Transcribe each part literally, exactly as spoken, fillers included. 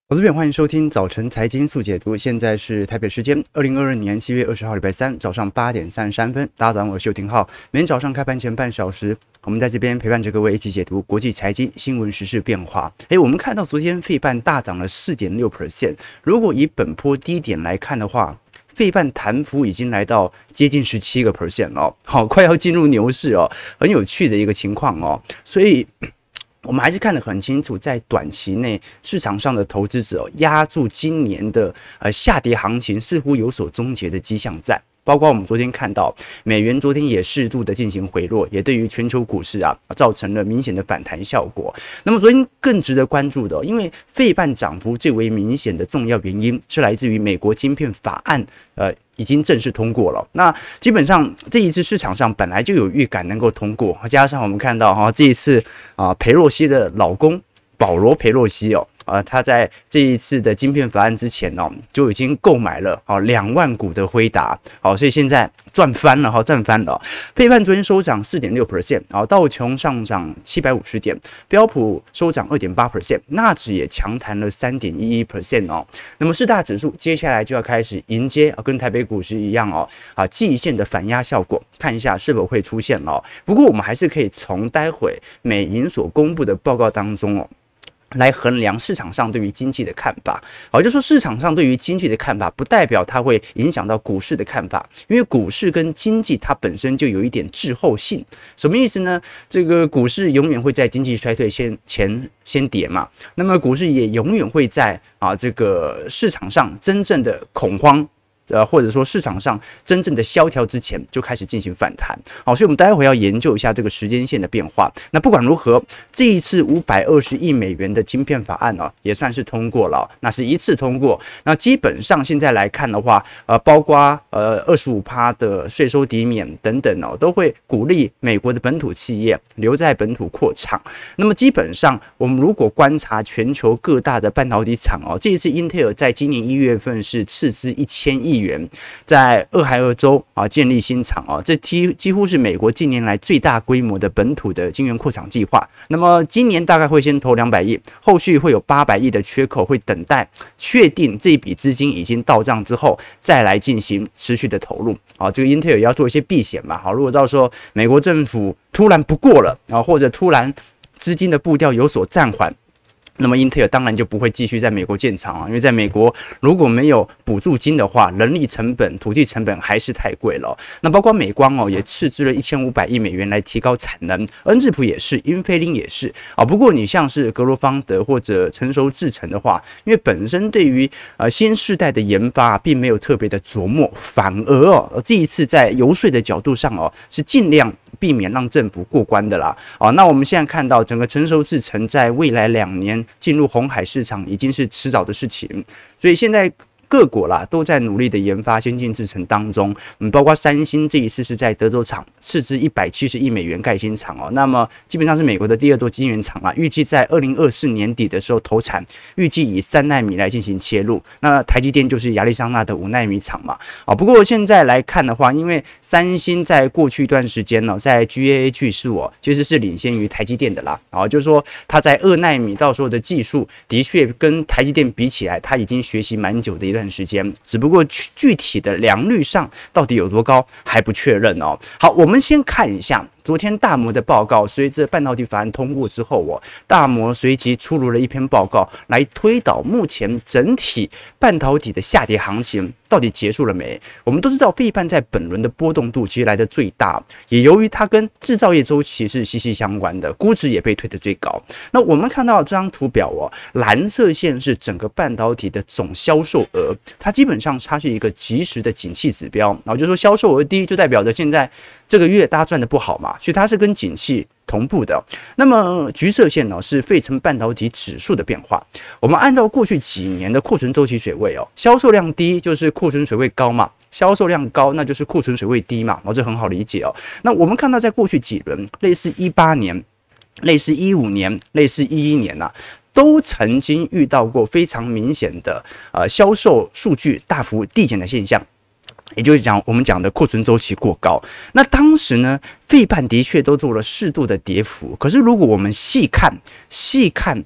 投资朋友，欢迎收听早晨财经速解读。现在是台北时间二零二二年七月二十号礼拜三早上八点三十三分。大家早上好，我是邱廷浩。每天早上开盘前半小时，我们在这边陪伴着各位一起解读国际财经新闻、时事变化。诶，我们看到昨天费半大涨了 百分之四点六， 如果以本波低点来看的话，费半弹幅已经来到接近 百分之十七 了，好，快要进入牛市哦，很有趣的一个情况哦。所以我们还是看得很清楚，在短期内市场上的投资者、哦、压住今年的呃下跌行情，似乎有所终结的迹象在。包括我们昨天看到美元昨天也适度的进行回落，也对于全球股市啊造成了明显的反弹效果。那么昨天更值得关注的、哦，因为费半涨幅最为明显的重要原因是来自于美国晶片法案，呃。已经正式通过了。那基本上这一次市场上本来就有预感能够通过，加上我们看到哈这一次啊裴洛西的老公保罗裴洛西哦。啊，他在这一次的晶片法案之前哦，就已经购买了哦两万股的辉达，好，所以现在赚翻了哈，赚翻了。费半昨天收涨 百分之四点六， 啊，道琼上涨七百五十点，标普收涨 二点八， 纳指也强弹了 百分之三点一一 哦。那么四大指数接下来就要开始迎接啊，跟台北股市一样哦，啊季线的反压效果，看一下是否会出现哦。不过我们还是可以从待会美银所公布的报告当中哦。来衡量市场上对于经济的看法，好，就说市场上对于经济的看法，不代表它会影响到股市的看法，因为股市跟经济它本身就有一点滞后性。什么意思呢？这个股市永远会在经济衰退先前先跌嘛，那么股市也永远会在啊这个市场上真正的恐慌。呃，或者说市场上真正的萧条之前就开始进行反弹，好，所以我们待会要研究一下这个时间线的变化。那不管如何，这一次五百二十亿美元的晶片法案呢、啊，也算是通过了，那是一次通过。那基本上现在来看的话，呃，包括呃 百分之二十五 的税收抵免等等哦，都会鼓励美国的本土企业留在本土扩厂。那么基本上，我们如果观察全球各大的半导体厂哦，这一次英特尔在今年一月份是斥资一千亿。在俄亥俄州啊建立新厂啊，这几几乎是美国近年来最大规模的本土的晶圆扩厂计划。那么今年大概会先投两百亿，后续会有八百亿的缺口，会等待确定这一笔资金已经到账之后，再来进行持续的投入啊。这个英特尔也要做一些避险嘛，好，如果到时候美国政府突然不过了啊，或者突然资金的步调有所暂缓。那么英特尔当然就不会继续在美国建厂啊，因为在美国如果没有补助金的话，人力成本、土地成本还是太贵了、哦。那包括美光哦，也斥资了一千五百亿美元来提高产能，恩智浦也是，英飞凌也是啊。不过你像是格罗方德或者成熟制程的话，因为本身对于呃新世代的研发、啊、并没有特别的琢磨，反而哦这一次在游说的角度上哦，是尽量避免让政府过关的啦。啊，那我们现在看到整个成熟制程在未来两年进入红海市场已经是迟早的事情，所以现在各国啦都在努力的研发先进制程当中，嗯，包括三星这一次是在德州厂斥资一百七十亿美元盖新厂哦，那么基本上是美国的第二座晶圆厂啊，预计在二零二四年底的时候投产，预计以三奈米来进行切入。那台积电就是亚利桑那的五奈米厂嘛，啊，不过现在来看的话，因为三星在过去一段时间呢，在 G A A 技术哦，其实是领先于台积电的啦，啊，就是说它在二奈米到时候的技术的确跟台积电比起来，它已经学习蛮久的一段时间，只不过具体的良率上到底有多高还不确认哦。好，我们先看一下昨天大摩的报告，随着半导体法案通过之后哦，大摩随即出炉了一篇报告，来推导目前整体半导体的下跌行情到底结束了没？我们都知道，费半在本轮的波动度其实来的最大，也由于它跟制造业周期是息息相关的，估值也被推得最高。那我们看到这张图表哦，蓝色线是整个半导体的总销售额，它基本上它是一个即时的景气指标，然后就说销售额低，就代表着现在这个月大家赚的不好嘛，所以它是跟景气同步的。那么橘色线呢是费城半导体指数的变化。我们按照过去几年的库存周期水位哦，销售量低就是库存水位高嘛，销售量高那就是库存水位低嘛，哦，这很好理解哦。那我们看到在过去几轮，类似一八年、类似一五年、类似一一年呐、啊。都曾经遇到过非常明显的呃销售数据大幅递减的现象，也就是讲我们讲的库存周期过高。那当时呢，费半的确都做了适度的跌幅，可是如果我们细看细看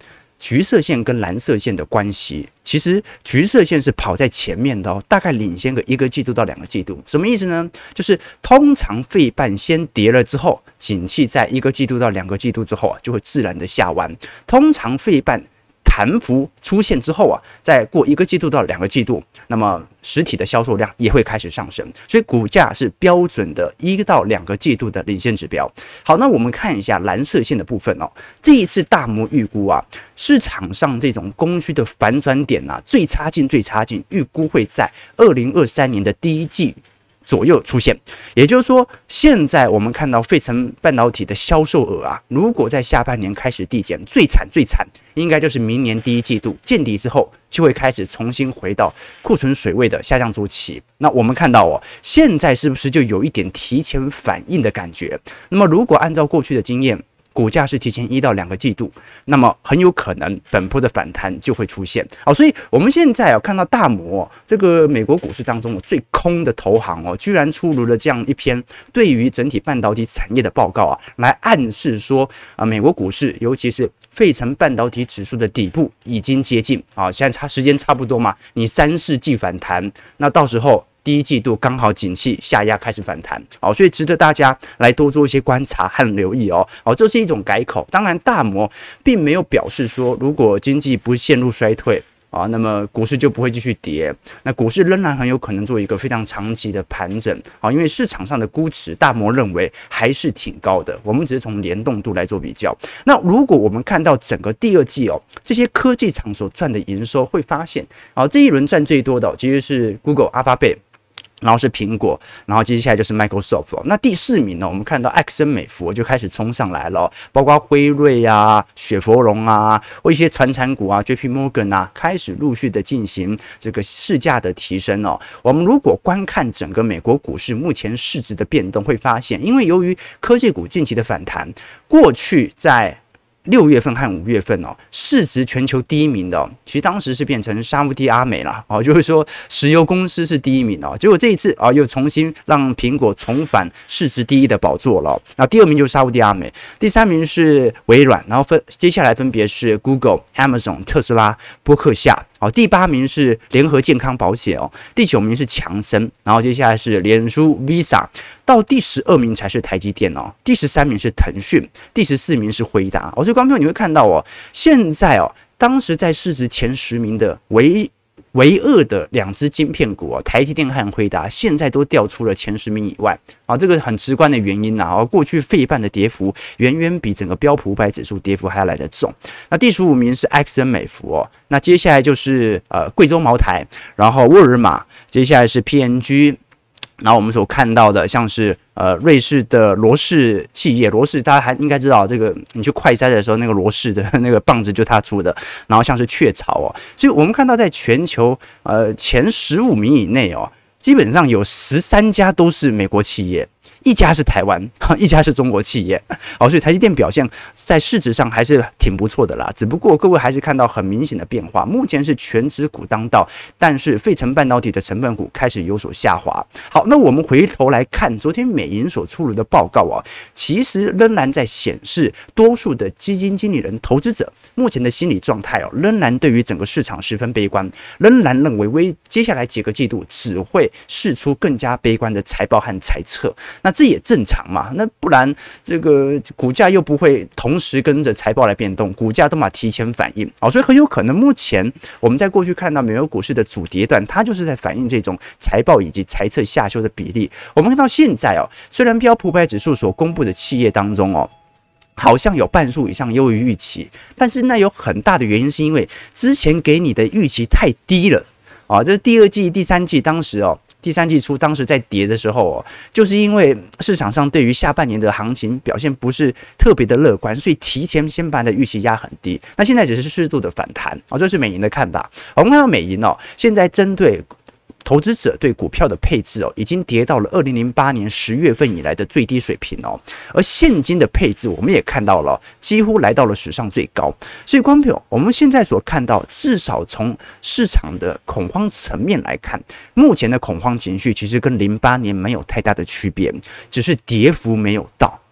橘色线跟蓝色线的关系，其实橘色线是跑在前面的哦，大概领先个一个季度到两个季度。什么意思呢？就是通常费半先跌了之后，景气在一个季度到两个季度之后啊，就会自然的下弯。通常费半弹幅出现之后啊，再过一个季度到两个季度，那么实体的销售量也会开始上升，所以股价是标准的一到两个季度的领先指标。好，那我们看一下蓝色线的部分哦。这一次大摩预估啊，市场上这种供需的反转点啊，最差劲最差劲，预估会在二零二三年的第一季左右出现，也就是说，现在我们看到费城半导体的销售额啊，如果在下半年开始递减，最惨最惨，应该就是明年第一季度见底之后，就会开始重新回到库存水位的下降周期。那我们看到哦，现在是不是就有一点提前反应的感觉？那么如果按照过去的经验，股价是提前一到两个季度，那么很有可能本波的反弹就会出现。好，所以我们现在啊看到大摩、哦、这个美国股市当中最空的投行哦，居然出炉了这样一篇对于整体半导体产业的报告啊，来暗示说啊，美国股市尤其是费城半导体指数的底部已经接近啊，现在差时间差不多嘛，你三四季反弹，那到时候第一季度刚好景气下压开始反弹，好，所以值得大家来多做一些观察和留意哦。好，这是一种改口，当然大摩并没有表示说如果经济不陷入衰退啊，那么股市就不会继续跌。那股市仍然很有可能做一个非常长期的盘整啊，因为市场上的估值，大摩认为还是挺高的。我们只是从联动度来做比较。那如果我们看到整个第二季哦，这些科技厂所赚的营收，会发现啊，这一轮赚最多的、哦、其实是 Google、阿巴贝。然后是苹果，然后接下来就是 Microsoft、哦。那第四名呢，我们看到埃克森美孚就开始冲上来了、哦，包括辉瑞啊、雪佛龙啊，或一些传产股啊 ，J P Morgan 啊，开始陆续的进行这个市价的提升哦。我们如果观看整个美国股市目前市值的变动，会发现，因为由于科技股近期的反弹，过去在六月份和五月份哦，市值全球第一名的、哦，其实当时是变成沙烏地阿美啦，哦，就是说石油公司是第一名哦，结果这一次啊、哦、又重新让苹果重返市值第一的宝座了、哦。那第二名就是沙烏地阿美，第三名是微软，然后分接下来分别是 Google、Amazon、特斯拉、波克夏，哦，第八名是联合健康保险哦，第九名是强生，然后接下来是脸书、Visa， 到第十二名才是台积电哦，第十三名是腾讯，第十四名是辉达，哦。观众朋友，你会看到哦，现在哦，当时在市值前十名的唯唯二的两只晶片股哦，台积电和辉达，现在都掉出了前十名以外啊，这个很直观的原因呐、啊，过去费半的跌幅远远比整个标普五百指数跌幅还要来得重。那第十五名是埃克森美孚哦，那接下来就是呃贵州茅台，然后沃尔玛，接下来是 P N G。然后我们所看到的，像是呃瑞士的罗氏企业，罗氏大家还应该知道，这个你去快筛的时候，那个罗氏的那个棒子就他出的。然后像是雀巢哦，所以我们看到在全球呃前十五名以内哦，基本上有十三家都是美国企业。一家是台湾，一家是中国企业，好，所以台积电表现在市值上还是挺不错的啦。只不过各位还是看到很明显的变化，目前是全指股当道，但是费城半导体的成分股开始有所下滑。好，那我们回头来看昨天美银所出炉的报告啊，其实仍然在显示多数的基金经理人、投资者目前的心理状态哦，仍然对于整个市场十分悲观，仍然认为为接下来几个季度只会释出更加悲观的财报和财测。那这也正常嘛，那不然这个股价又不会同时跟着财报来变动，股价都嘛提前反应，好，所以很有可能目前我们在过去看到美国股市的主跌段，它就是在反映这种财报以及财测下修的比例。我们看到现在哦，虽然标普五百指数所公布的企业当中哦，好像有半数以上优于预期，但是那有很大的原因是因为之前给你的预期太低了啊，这是第二季、第三季当时哦。第三季初，当时在跌的时候哦，就是因为市场上对于下半年的行情表现不是特别的乐观，所以提前先把你的预期压很低。那现在只是适度的反弹哦，这是美银的看法。我们看到美银哦，现在针对投资者对股票的配置哦，已经跌到了二零零八年十月份以来的最低水平哦。而现金的配置，我们也看到了，几乎来到了史上最高。所以，观众朋友，我们现在所看到，至少从市场的恐慌层面来看，目前的恐慌情绪其实跟零八年没有太大的区别，只是跌幅没有到。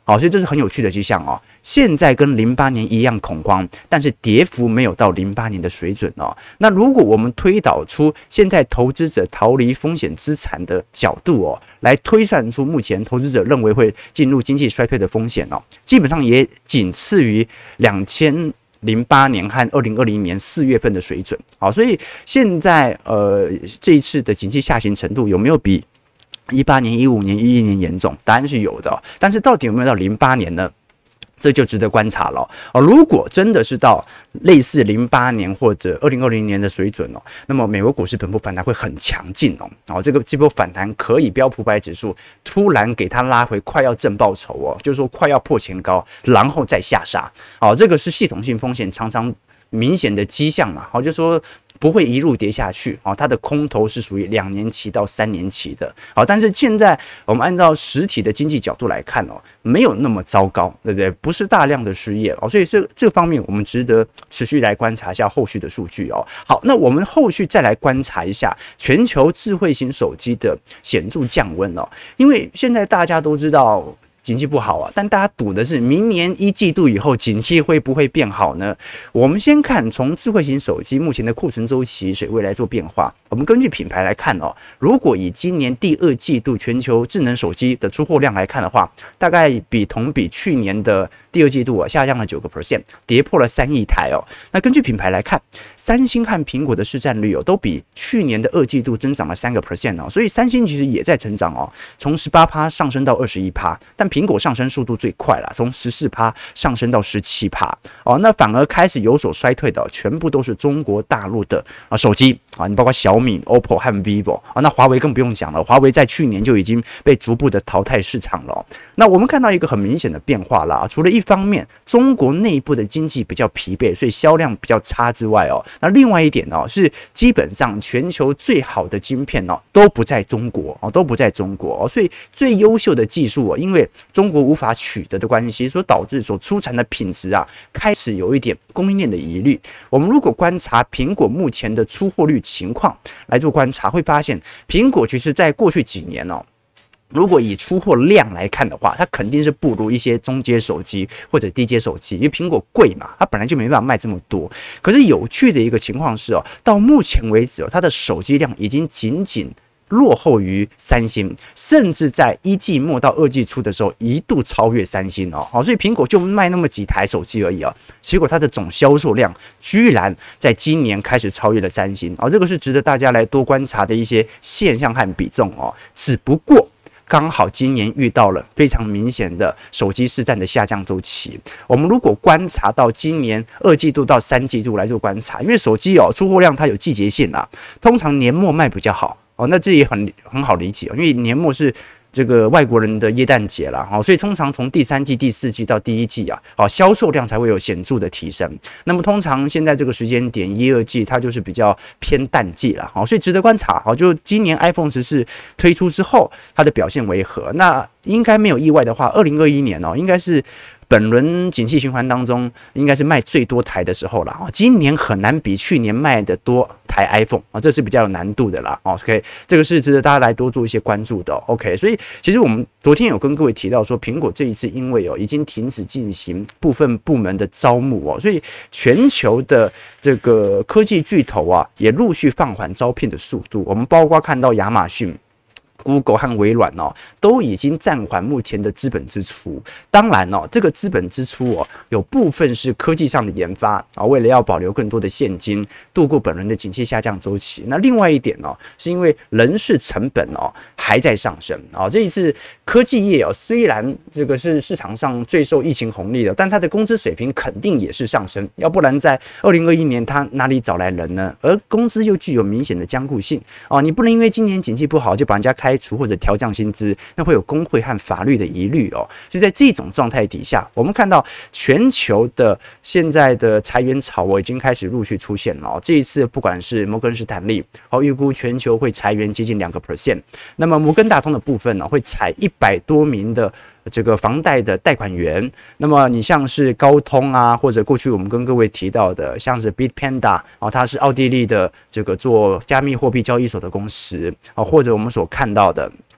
好，所以这是很有趣的迹象哦。现在跟零八年一样恐慌，但是跌幅没有到零八年的水准哦。那如果我们推导出现在投资者逃离风险资产的角度哦，来推算出目前投资者认为会进入经济衰退的风险哦，基本上也仅次于两千零八年和二零二零年四月份的水准。好，所以现在呃这一次的经济下行程度有没有比一八年、一五年、一一年严重？答案是有的哦，但是到底有没有到零八年呢？这就值得观察了哦。如果真的是到类似零八年或者二零二零年的水准哦，那么美国股市本波反弹会很强劲哦。哦，这个这波反弹可以标普百指数突然给它拉回快要正报酬哦，就是说快要破前高，然后再下杀。哦，这个是系统性风险常常明显的迹象嘛。好，就说不会一路跌下去哦，它的空头是属于两年期到三年期的。好，但是现在我们按照实体的经济角度来看哦，没有那么糟糕，对不对？不是大量的失业哦，所以这这方面我们值得持续来观察一下后续的数据哦。好，那我们后续再来观察一下全球智慧型手机的显著降温哦，因为现在大家都知道景气不好啊，但大家赌的是明年一季度以后景气会不会变好呢？我们先看从智慧型手机目前的库存周期水位来做变化。我们根据品牌来看哦，如果以今年第二季度全球智能手机的出货量来看的话，大概比同比去年的第二季度啊下降了 百分之九， 跌破了三亿台哦。那根据品牌来看，三星和苹果的市占率哦都比去年的二季度增长了 百分之三 哦，所以三星其实也在成长哦，从 百分之十八 上升到 百分之二十一， 但苹果上升速度最快了，从 百分之十四 上升到 百分之十七 哦，那反而开始有所衰退的、哦、全部都是中国大陆的啊手机啊，你包括小米、O P P O 和 vivo 啊，那华为更不用讲了，华为在去年就已经被逐步的淘汰市场了、哦。那我们看到一个很明显的变化啦，除了一方面中国内部的经济比较疲惫，所以销量比较差之外哦，那另外一点哦是基本上全球最好的晶片哦都不在中国哦，都不在中国哦，所以最优秀的技术哦，因为中国无法取得的关系，所导致所出产的品质啊，开始有一点供应链的疑虑。我们如果观察苹果目前的出货率情况来做观察，会发现苹果其实在过去几年哦，如果以出货量来看的话，它肯定是不如一些中阶手机或者低阶手机，因为苹果贵嘛，它本来就没办法卖这么多。可是有趣的一个情况是哦，到目前为止哦，它的手机量已经仅仅落后于三星，甚至在一季末到二季初的时候一度超越三星哦，好，所以苹果就卖那么几台手机而已哦，结果它的总销售量居然在今年开始超越了三星哦，这个是值得大家来多观察的一些现象和比重哦，只不过刚好今年遇到了非常明显的手机市占的下降周期。我们如果观察到今年二季度到三季度来做观察，因为手机哦出货量它有季节性啦，通常年末卖比较好。哦，那这也很很好理解哦，因为年末是这个外国人的耶诞节啦，好，所以通常从第三季、第四季到第一季啊，好，销售量才会有显著的提升。那么通常现在这个时间点，一二季它就是比较偏淡季了，好，所以值得观察。好，就今年 iPhone 十四推出之后，它的表现为何？那应该没有意外的话，二零二一年哦，应该是本轮景气循环当中，应该是卖最多台的时候了。今年很难比去年卖的多台 iPhone 啊，这是比较有难度的啦。OK， 这个是值得大家来多做一些关注的。OK， 所以其实我们昨天有跟各位提到说，苹果这一次因为哦已经停止进行部分部门的招募哦，所以全球的这个科技巨头啊也陆续放缓招聘的速度。我们包括看到亚马逊、Google 和微软哦，都已经暂缓目前的资本支出。当然哦，这个资本支出哦，有部分是科技上的研发啊，为了要保留更多的现金，度过本轮的景气下降周期。那另外一点哦，是因为人事成本哦还在上升啊。这一次科技业哦，虽然这个是市场上最受疫情红利的，但它的工资水平肯定也是上升，要不然在二零二一年它哪里找来人呢？而工资又具有明显的僵固性哦，你不能因为今年景气不好就把人家开除或者调降薪资，那会有工会和法律的疑虑哦。所以在这种状态底下，我们看到全球的现在的裁员潮哦，已经开始陆续出现了哦。这一次不管是摩根士丹利哦，预估全球会裁员接近两个 percent， 那么摩根大通的部分呢、哦，会裁一百多名的这个房贷的贷款员。那么你像是高通啊，或者过去我们跟各位提到的，像是 Bitpanda 啊，它是奥地利的这个做加密货币交易所的公司啊，或者我们所看到的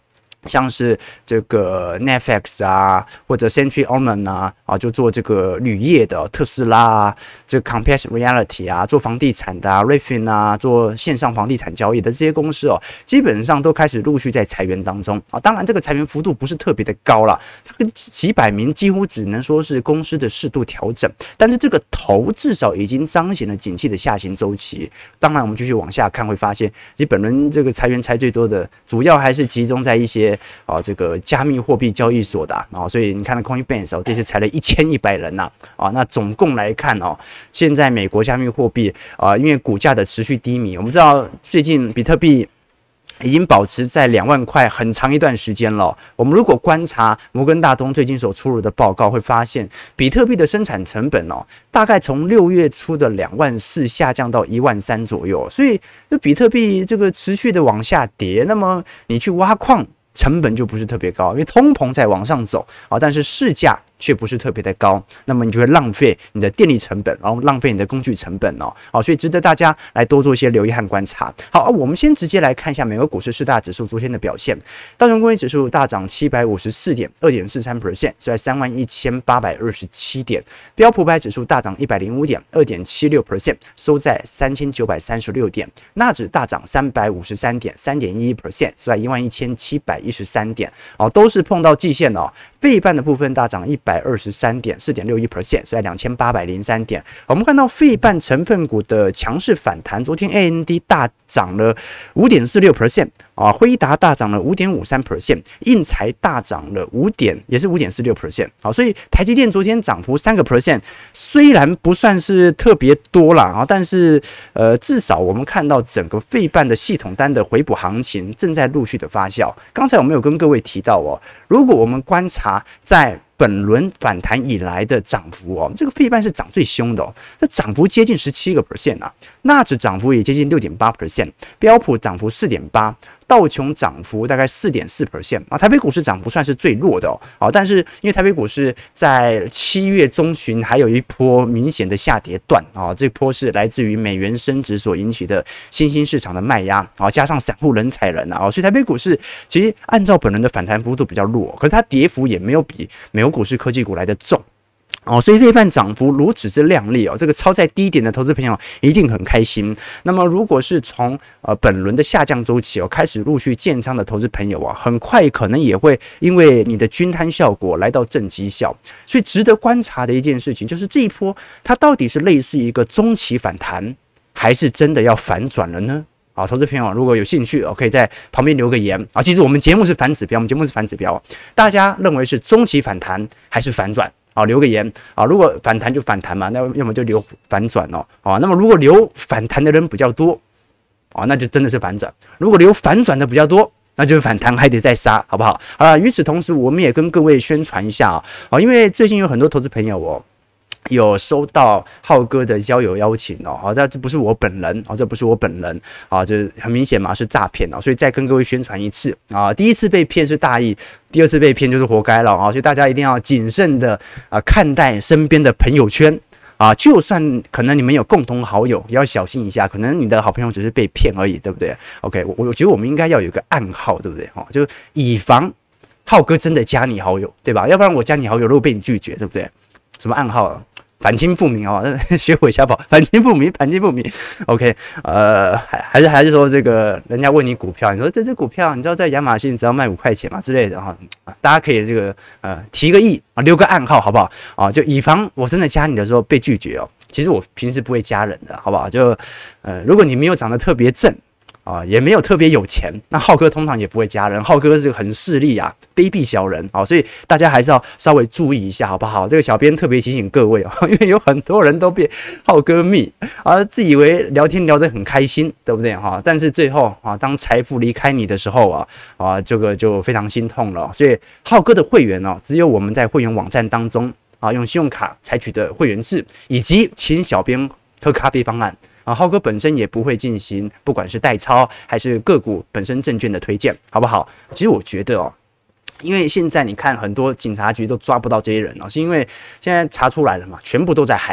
像是这个 Netflix 啊，或者 Century Oman 啊，啊，就做这个铝业的特斯拉啊，这个 Compass Reality 啊，做房地产的啊 ，Refin 啊，做线上房地产交易的这些公司哦，基本上都开始陆续在裁员当中啊。当然，这个裁员幅度不是特别的高啦，它跟几百名几乎只能说是公司的适度调整，但是这个头至少已经彰显了景气的下行周期。当然，我们继续往下看会发现，其实本轮这个裁员裁最多的，主要还是集中在一些啊这个加密货币交易所的啊，所以你看到 Coinbase 哦，这次裁了一千一百人呐啊，那总共来看哦，现在美国加密货币啊，因为股价的持续低迷，我们知道最近比特币已经保持在两万块很长一段时间了。我们如果观察摩根大通最近所出炉的报告，会发现比特币的生产成本哦，大概从六月初的两万四下降到一万三左右，所以就比特币这个持续的往下跌，那么你去挖矿成本就不是特别高，因为通膨在往上走啊，但是市价却不是特别的高，那么你就会浪费你的电力成本，然后浪费你的工具成本哦，好，所以值得大家来多做一些留意和观察。好，我们先直接来看一下美国股市四大指数昨天的表现。道琼工业指数大涨七百五十四点 ，二点四三 percent， 收在三万一千八百二十七点。标普五百指数大涨一百零五点 ，二点七六 percent， 收在三千九百三十六点。纳指大涨三百五十三点 ，三点一一 percent， 收在一万一千七百一十三点。哦，都是碰到季线哦。费半的部分大涨一百二十三点 ，四点六一 percent， 所以两千八百零三点。我们看到费半成分股的强势反弹，昨天 A M D 大涨了 五点四六 percent。啊，辉达大涨了 五点五三 percent， 印材大涨了五点，也是 五点四六 percent。好，所以台积电昨天涨幅三个 percent， 虽然不算是特别多啦，啊，但是呃，至少我们看到整个费半的系统单的回补行情正在陆续的发酵。刚才我们有跟各位提到哦，如果我们观察在本轮反弹以来的涨幅哦，这个费半是涨最凶的哦，这涨幅接近 百分之十七 啊，纳指涨幅也接近 百分之六点八， 标普涨幅 四点八。道琼涨幅大概 百分之四点四 啊，台北股市涨幅算是最弱的哦，啊，但是因为台北股市在七月中旬还有一波明显的下跌段啊，这波是来自于美元升值所引起的新兴市场的卖压啊，加上散户人踩人啊，所以台北股市其实按照本轮的反弹幅度比较弱，可是它跌幅也没有比美国股市科技股来的重。哦，所以费半涨幅如此之亮丽哦，这个超在低点的投资朋友一定很开心。那么，如果是从呃本轮的下降周期哦开始陆续建仓的投资朋友啊，很快可能也会因为你的均摊效果来到正绩效。所以值得观察的一件事情就是这一波它到底是类似一个中期反弹，还是真的要反转了呢？好，投资朋友如果有兴趣，可以在旁边留个言啊。其实我们节目是反指标，我们节目是反指标，大家认为是中期反弹还是反转？啊，留个言啊！如果反弹就反弹嘛，那要么就留反转哦。啊，那么如果留反弹的人比较多，啊，那就真的是反转；如果留反转的比较多，那就是反弹还得再杀，好不好？好了，与此同时，我们也跟各位宣传一下啊，啊，因为最近有很多投资朋友哦。有收到浩哥的交友邀请哦，好，这这不是我本人哦，这不是我本人啊，这很明显嘛是诈骗哦，所以再跟各位宣传一次啊，第一次被骗是大意，第二次被骗就是活该了啊，所以大家一定要谨慎的啊看待身边的朋友圈啊，就算可能你们有共同好友，也要小心一下，可能你的好朋友只是被骗而已，对不对 ？OK， 我我觉得我们应该要有一个暗号，对不对？哈，就以防浩哥真的加你好友，对吧？要不然我加你好友，如果被你拒绝，对不对？什么暗号啊？反清复明哦，学会瞎跑，反清复明，反清复明。OK， 呃，还还是还是说这个人家问你股票，你说这只股票，你知道在亚马逊只要卖五块钱嘛之类的哈，大家可以这个呃提个亿啊，留个暗号好不好啊？就以防我真的加你的时候被拒绝哦。其实我平时不会加人的，好不好？就呃，如果你没有长得特别正。啊，也没有特别有钱，那浩哥通常也不会加人，浩哥是个很势利啊，卑鄙小人啊，所以大家还是要稍微注意一下，好不好？这个小编特别提醒各位哦，因为有很多人都被浩哥密啊，自以为聊天聊得很开心，对不对哈？但是最后啊，当财富离开你的时候啊，啊，这个就非常心痛了。所以浩哥的会员哦，只有我们在会员网站当中啊，用信用卡采取的会员制，以及请小编喝咖啡方案。啊，浩哥本身也不会进行，不管是代操还是个股本身证券的推荐，好不好？其实我觉得哦，因为现在你看很多警察局都抓不到这些人哦，是因为现在查出来了嘛，全部都在海外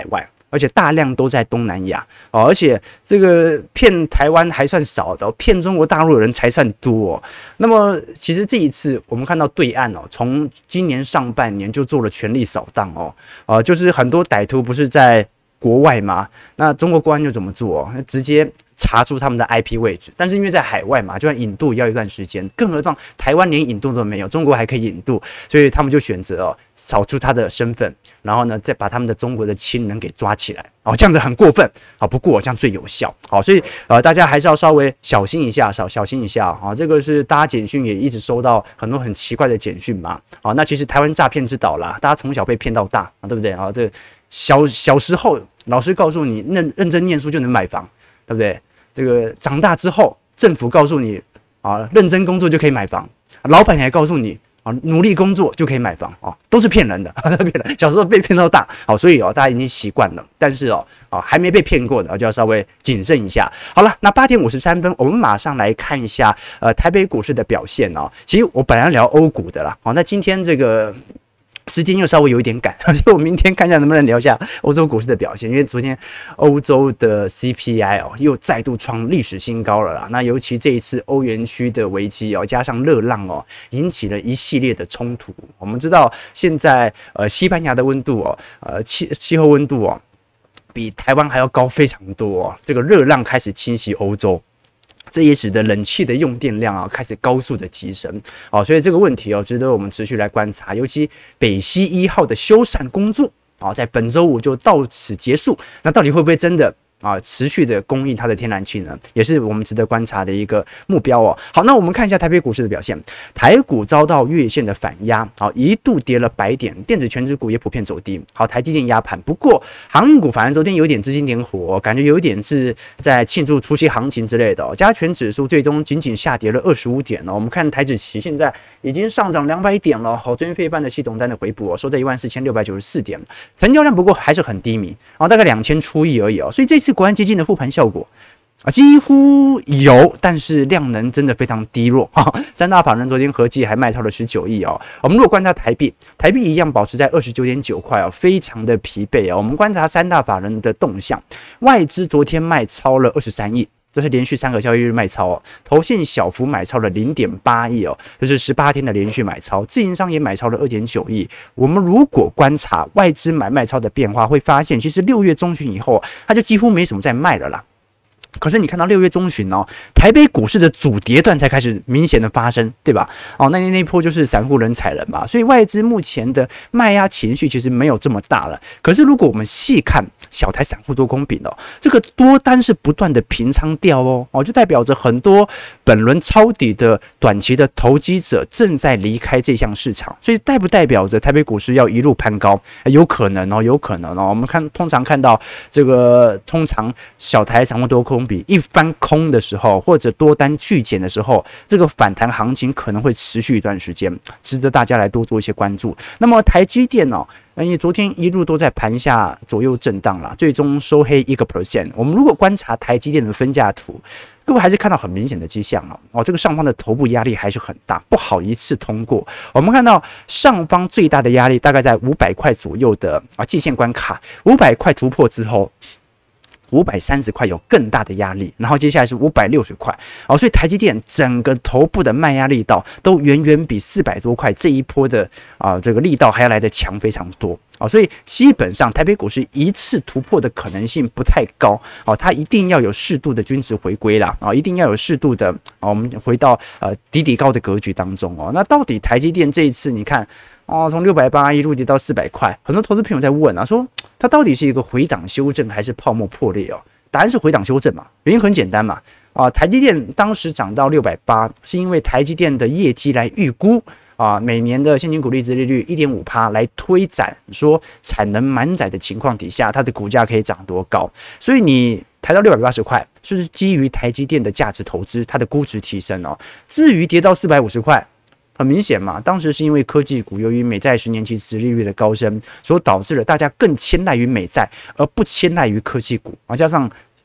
而且大量都在东南亚哦，而且这个骗台湾还算少的，骗中国大陆的人才算多哦。那么其实这一次我们看到对岸哦，从今年上半年就做了全力扫荡哦，呃，就是很多歹徒不是在国外嘛，那中国国安就怎么做哦？直接查出他们的 I P 位置，但是因为在海外嘛，就算引渡也要一段时间，更何况台湾连引渡都没有，中国还可以引渡，所以他们就选择哦，找出他的身份，然后呢，再把他们的中国的亲人给抓起来，哦，这样子很过分啊，不过这样最有效，好，所以呃，大家还是要稍微小心一下，小小心一下啊，这个是大家简讯也一直收到很多很奇怪的简讯嘛，啊，那其实台湾诈骗之岛啦，大家从小被骗到大啊，对不对啊？这小小时候老师告诉你认认真念书就能买房，对不对？这个长大之后，政府告诉你啊，认真工作就可以买房，老板也告诉你啊，努力工作就可以买房啊，都是骗人的，骗人。小时候被骗到大，好，所以哦，大家已经习惯了。但是哦，啊，还没被骗过的，就要稍微谨慎一下。好了，那八点五十三分，我们马上来看一下呃台北股市的表现哦。其实我本来聊欧股的啦，好，那今天这个时间又稍微有一点赶，所以我明天看一下能不能聊一下欧洲股市的表现，因为昨天欧洲的 C P I 哦又再度创历史新高了啦。那尤其这一次欧元区的危机哦，加上热浪哦，引起了一系列的冲突。我们知道现在呃西班牙的温度哦，呃气气候温度哦，比台湾还要高非常多哦，这个热浪开始侵袭欧洲。这也使得冷气的用电量啊开始高速的提升，哦，所以这个问题哦值得我们持续来观察，尤其北溪一号的修缮工作啊，在本周五就到此结束，那到底会不会真的啊持续的供应它的天然气呢？也是我们值得观察的一个目标哦。好，那我们看一下台北股市的表现，台股遭到月线的反压，好，一度跌了百点，电子权值股也普遍走低，好，台积电压盘，不过航运股反而昨天有点资金点火，感觉有一点是在庆祝除夕行情之类的哦。加权指数最终仅仅下跌了二十五点哦，我们看台指期现在已经上涨两百点了，好，昨天费半的系统单的回补哦，收在一万四千六百九十四点，成交量不过还是很低迷，啊，大概两千出亿而已哦，所以这次国安基金的复盘效果啊，几乎有，但是量能真的非常低弱哈。三大法人昨天合计还卖超了十九亿哦。我们如果观察台币，台币一样保持在二十九点九块哦，非常的疲惫哦。我们观察三大法人的动向，外资昨天卖超了二十三亿。这是连续三个交易日卖超哦，投信小幅买超了 零点八亿哦，就是十八天的连续买超，自营商也买超了 二点九亿。我们如果观察外资买卖超的变化，会发现其实六月中旬以后，它就几乎没什么在卖了啦。可是你看到六月中旬哦，台北股市的主跌段才开始明显的发生，对吧？哦，那那一波就是散户人踩人嘛，所以外资目前的卖压情绪其实没有这么大了。可是如果我们细看小台散户多空比哦，这个多单是不断的平仓掉哦，哦，就代表着很多本轮抄底的短期的投机者正在离开这项市场，所以代不代表着台北股市要一路攀高？有可能哦，有可能哦。我们看通常看到这个，通常小台散户多空比一翻空的时候，或者多单巨减的时候，这个反弹行情可能会持续一段时间，值得大家来多做一些关注。那么台积电哦，因为昨天一路都在盘下左右震荡啦，最终收黑一个 percent。我们如果观察台积电的分价图，各位还是看到很明显的迹象哦。哦，这个上方的头部压力还是很大，不好一次通过。我们看到上方最大的压力大概在五百块左右的啊季线关卡，五百块突破之后。五百三十块有更大的压力，然后接下来是五百六十块，哦，所以台积电整个头部的卖压力道都远远比四百多块这一波的啊、呃、这个力道还要来得强非常多。哦，所以基本上台北股市一次突破的可能性不太高，哦，它一定要有适度的均值回归啦，啊、哦，一定要有适度的，哦，我们回到呃底底高的格局当中哦。那到底台积电这一次你看，哦，从六百八一路跌到四百块，很多投资朋友在问啊，说它到底是一个回档修正还是泡沫破裂哦？答案是回档修正嘛，原因很简单嘛，啊，台积电当时涨到六百八，是因为台积电的业绩来预估。啊，每年的现金股利殖利率 百分之一点五 来推展，说产能满载的情况底下，它的股价可以涨多高？所以你抬到六百八十块，就是基于台积电的价值投资，它的估值提升哦。至于跌到四百五十块，很明显嘛，当时是因为科技股由于美债十年期殖利率的高升，所导致了大家更青睐于美债，而不青睐于科技股啊，加上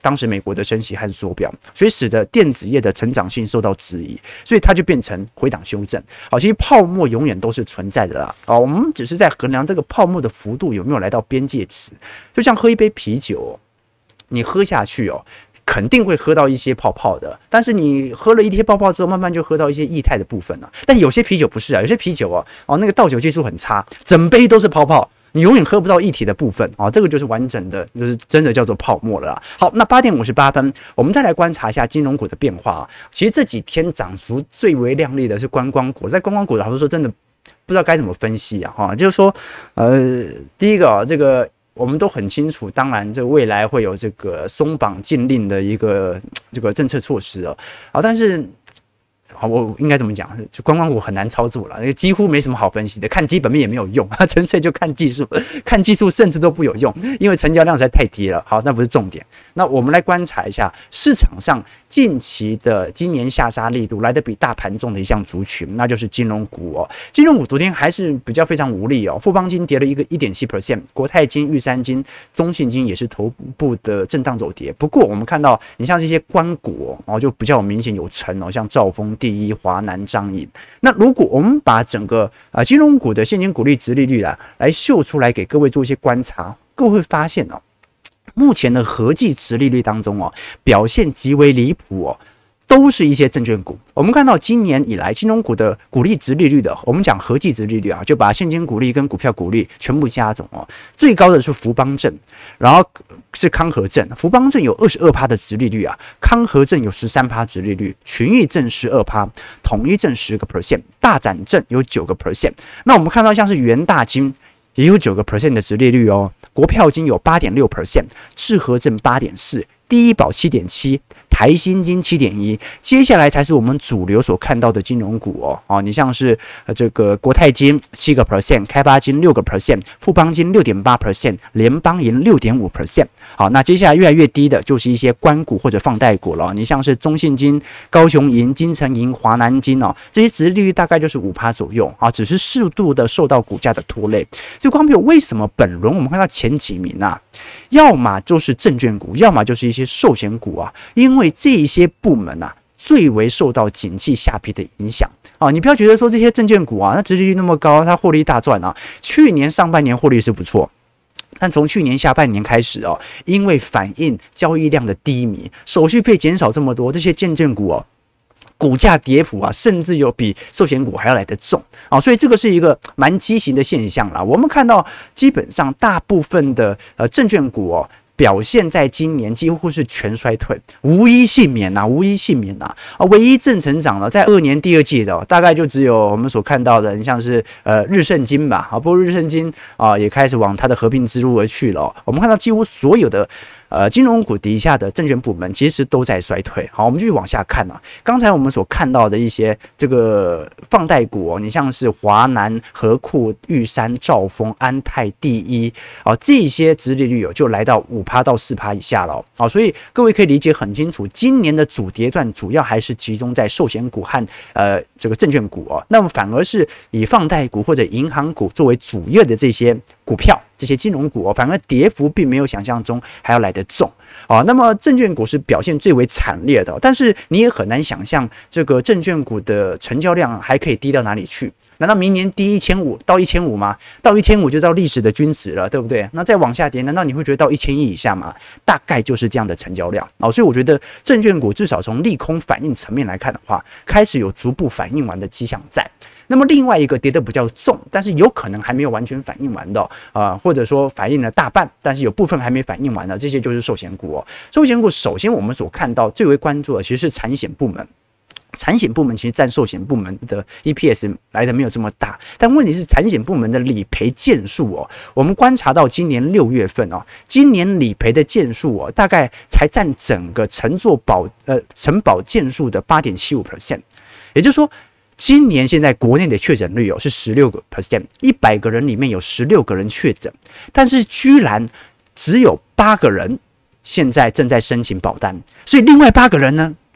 当时美国的升息和缩表，所以使得电子业的成长性受到质疑，所以它就变成回档修正。好，其实泡沫永远都是存在的啦。哦，我们只是在衡量这个泡沫的幅度有没有来到边界值。就像喝一杯啤酒哦，你喝下去哦，肯定会喝到一些泡泡的，但是你喝了一些泡泡之后，慢慢就喝到一些液态的部分了。但有些啤酒不是啊，有些啤酒哦，哦那个倒酒技术很差，整杯都是泡泡。你永远喝不到液体的部分啊、哦，这个就是完整的，就是真的叫做泡沫了啦。好，那八点五十八分，我们再来观察一下金融股的变化啊。其实这几天涨幅最为亮丽的是观光股，在观光股，老实说真的不知道该怎么分析啊哈，就是说，呃，第一个啊，这个我们都很清楚，当然这未来会有这个松绑禁令的一个这个政策措施啊，啊，但是。好，我应该怎么讲？就观光股很难操作了，几乎没什么好分析的，看基本面也没有用，纯粹就看技术，看技术甚至都不有用，因为成交量实在太低了。好，那不是重点。那我们来观察一下市场上近期的今年下杀力度来得比大盘重的一项族群，那就是金融股哦。金融股昨天还是比较非常无力哦，富邦金跌了一个 一点七 percent， 国泰金、玉山金、中信金也是头部的震荡走跌。不过我们看到，你像这些官股哦，就比较明显有成哦，像兆丰、第一、华南、彰银。那如果我们把整个啊、呃、金融股的现金股利殖利率啦来秀出来给各位做一些观察，各位会发现哦，目前的合计殖利率当中哦，表现极为离谱哦。都是一些证券股。我们看到今年以来金融股的股利殖利率的，我们讲合计殖利率啊，就把现金股利跟股票股利全部加总哦。最高的是福邦证，然后是康和证。福邦证有 百分之二十二 的殖利率啊，康和证有 百分之十三 殖利率，群益证 百分之十二， 统一证 百分之十 percent， 大展证有 百分之九 percent。那我们看到像是元大金也有 百分之九 percent 的殖利率哦，国票金有 百分之八点六， 智和证 百分之八点四， 第一保 七点七，台新金 七点一， 接下来才是我们主流所看到的金融股哦。哦，你像是呃这个国泰金 七个 percent， 开发金 六个 percent， 富邦金 六点八 percent， 联邦银 六点五 percent。好，那接下来越来越低的就是一些官股或者放贷股了。你像是中信金、高雄银、金城银、华南金哦，这些殖利率大概就是 百分之五 左右啊，只是适度的受到股价的拖累。所以观众朋友，为什么本轮我们看到前几名啊，要么就是证券股，要么就是一些寿险股啊，因为这一些部门啊，最为受到景气下跌的影响啊。你不要觉得说这些证券股啊，那殖利率那么高，它获利大赚啊。去年上半年获利是不错，但从去年下半年开始哦，因为反映交易量的低迷，手续费减少这么多，这些证券股哦，股价跌幅啊，甚至有比寿险股还要来得重啊，所以这个是一个蛮畸形的现象啦。我们看到基本上大部分的呃证券股哦，表现在今年几乎是全衰退，无一幸免呐、啊，无一幸免呐、啊！啊，唯一正成长的，在二年第二季的、哦，大概就只有我们所看到的，像是呃日盛金吧，啊，不过日盛金啊也开始往它的合并之路而去了、哦。我们看到几乎所有的呃金融股底下的证券部门其实都在衰退。好，我们继续往下看啊。刚才我们所看到的一些这个放贷股哦，你像是华南、和库、玉山、兆丰、安泰、第一啊，这些殖利率有就来到五。趴到四趴以下了哦，所以各位可以理解很清楚，今年的主跌段主要还是集中在寿险股和呃这个证券股哦，那么反而是以放贷股或者银行股作为主要的这些股票，这些金融股哦，反而跌幅并没有想象中还要来得重哦。那么证券股是表现最为惨烈的、哦，但是你也很难想象这个证券股的成交量还可以低到哪里去。难道明年低一千五到一千五吗？到一千五就到历史的均值了，对不对？那再往下跌，难道你会觉得到一千亿以下吗？大概就是这样的成交量哦，所以我觉得证券股至少从利空反应层面来看的话，开始有逐步反应完的迹象在。那么另外一个跌得比较重，但是有可能还没有完全反应完的啊、呃，或者说反应了大半，但是有部分还没反应完的，这些就是寿险股哦。寿险股首先我们所看到最为关注的其实是产险部门。产险部门其实占寿险部门的 E P S 来的没有这么大，但问题是产险部门的理赔件数哦，我们观察到今年六月份哦，今年理赔的件数哦，大概才占整个承做保呃承保件数的 八点七五 percent， 也就是说，今年现在国内的确诊率哦是 百分之十六 percent， 一百个人里面有十六个人确诊，但是居然只有八个人现在正在申请保单，所以另外八个人呢？他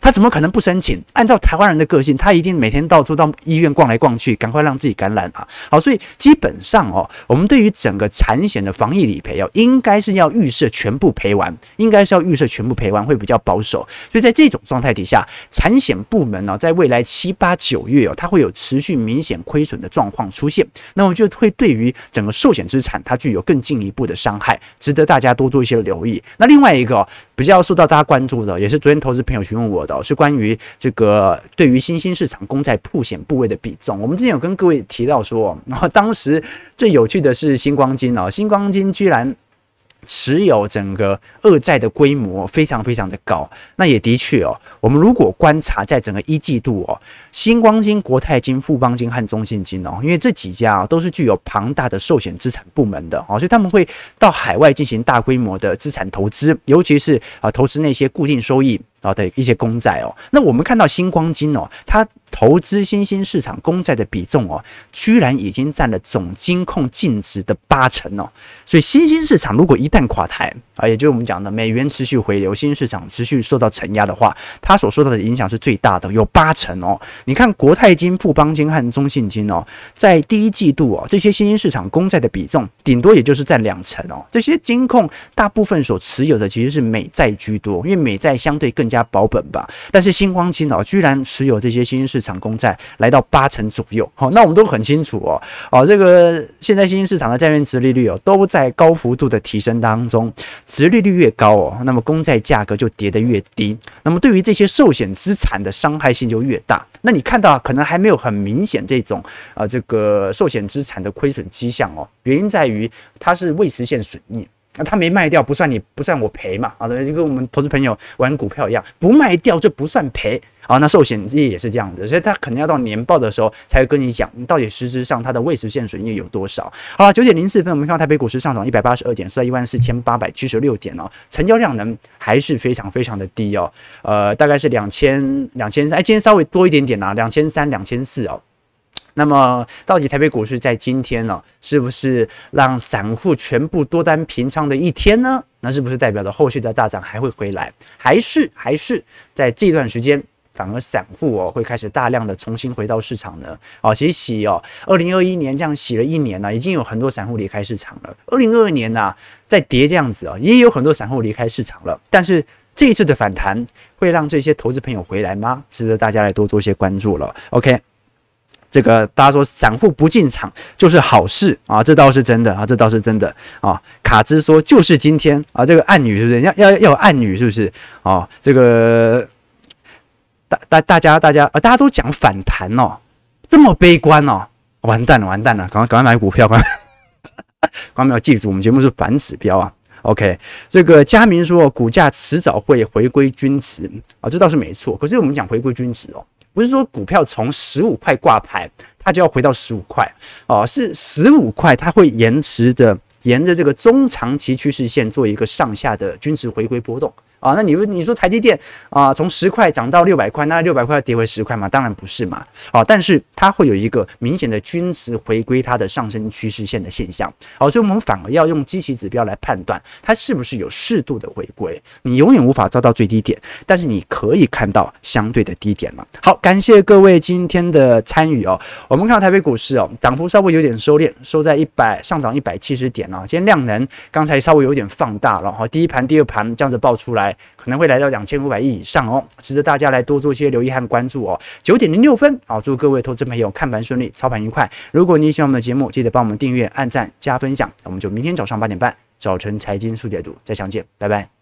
他怎么可能不申请？按照台湾人的个性，他一定每天到处到医院逛来逛去，赶快让自己感染啊！好，所以基本上哦，我们对于整个产险的防疫理赔哦，应该是要预设全部赔完，应该是要预设全部赔完，会比较保守。所以在这种状态底下，产险部门呢、哦，在未来七八九月哦，它会有持续明显亏损的状况出现，那么就会对于整个寿险资产它具有更进一步的伤害，值得大家多做一些留意。那另外一个、哦、比较受到大家关注的，也是昨天投资朋友询问我的、哦，是关于这个对于新兴市场公债曝险部位的比重。我们之前有跟各位提到说，然后当时最有趣的是星光金哦，星光金居然持有整个恶债的规模非常非常的高，那也的确哦，我们如果观察在整个一季度哦，星光金、国泰金、富邦金和中信金哦，因为这几家、哦、都是具有庞大的寿险资产部门的哦，所以他们会到海外进行大规模的资产投资，尤其是啊投资那些固定收益啊的一些公债哦。那我们看到星光金哦，它投资新兴市场公债的比重哦，居然已经占了总金控净值的八成哦。所以新兴市场如果一旦垮台啊，也就是我们讲的美元持续回流，新兴市场持续受到承压的话，它所受到的影响是最大的，有八成哦。你看国泰金、富邦金和中信金哦，在第一季度哦，这些新兴市场公债的比重顶多也就是占两成哦。这些金控大部分所持有的其实是美债居多，因为美债相对更加保本吧。但是星光金哦，居然持有这些新兴市场公债来到八成左右。好、哦，那我们都很清楚哦，哦，这个现在新兴市场的债券殖利率哦，都在高幅度的提升当中，殖利率越高哦，那么公债价格就跌得越低，那么对于这些寿险资产的伤害性就越大。那你看到可能还没有很明显这种呃这个寿险资产的亏损迹象哦，原因在于它是未实现损益。那他没卖掉，不算你不算我赔嘛？啊，对，就跟我们投资朋友玩股票一样，不卖掉就不算赔啊。那寿险业也是这样子，所以他可能要到年报的时候才会跟你讲，你到底实质上它的未实现损益有多少。好了，九点零四分，我们看到台北股市上涨一百八十二点，收在一万四千八百七十六点哦，成交量呢还是非常非常的低哦，呃，大概是两千两千三，哎，今天稍微多一点点啊，两千三两千四哦。那么，到底台北股市在今天呢、哦，是不是让散户全部多单平仓的一天呢？那是不是代表着后续的大涨还会回来？还是还是在这段时间，反而散户哦会开始大量的重新回到市场呢？哦，其实洗哦，二零二一年这样洗了一年呢、啊，已经有很多散户离开市场了。二零二二年呢、啊，在跌这样子啊、哦，也有很多散户离开市场了。但是这一次的反弹会让这些投资朋友回来吗？值得大家来多做些关注了。OK。这个大家说散户不进场就是好事啊，这倒是真的啊，这倒是真的啊。卡兹说就是今天啊，这个暗语是不是要要要有暗语是不是啊？这个大大大家大家啊，大家都讲反弹哦，这么悲观哦，完蛋了完蛋了，赶快赶快买股票，赶快赶快要记住，我们节目是反指标啊。OK， 这个佳明说股价迟早会回归均值啊，这倒是没错。可是我们讲回归均值哦。不是说股票从十五块挂牌，它就要回到十五块哦，是十五块，它会延迟的沿着这个中长期趋势线做一个上下的均值回归波动啊。那你你说台积电啊，从十块涨到六百块，那六百块要跌回十块吗？当然不是嘛。啊，但是它会有一个明显的均值回归它的上升趋势线的现象。好，所以我们反而要用基期指标来判断它是不是有适度的回归。你永远无法抓到最低点，但是你可以看到相对的低点了。好，感谢各位今天的参与哦。我们看到台北股市哦，涨幅稍微有点收敛，收在一百上涨一百七十点哦。今天量能刚才稍微有点放大了哈，第一盘、第二盘这样子爆出来，可能会来到两千五百亿以上哦，值得大家来多做些留意和关注哦。九点零六分，好，祝各位投资朋友看盘顺利，操盘愉快。如果你喜欢我们的节目，记得帮我们订阅、按赞、加分享。我们就明天早上八点半，早晨财经速解读再相见，拜拜。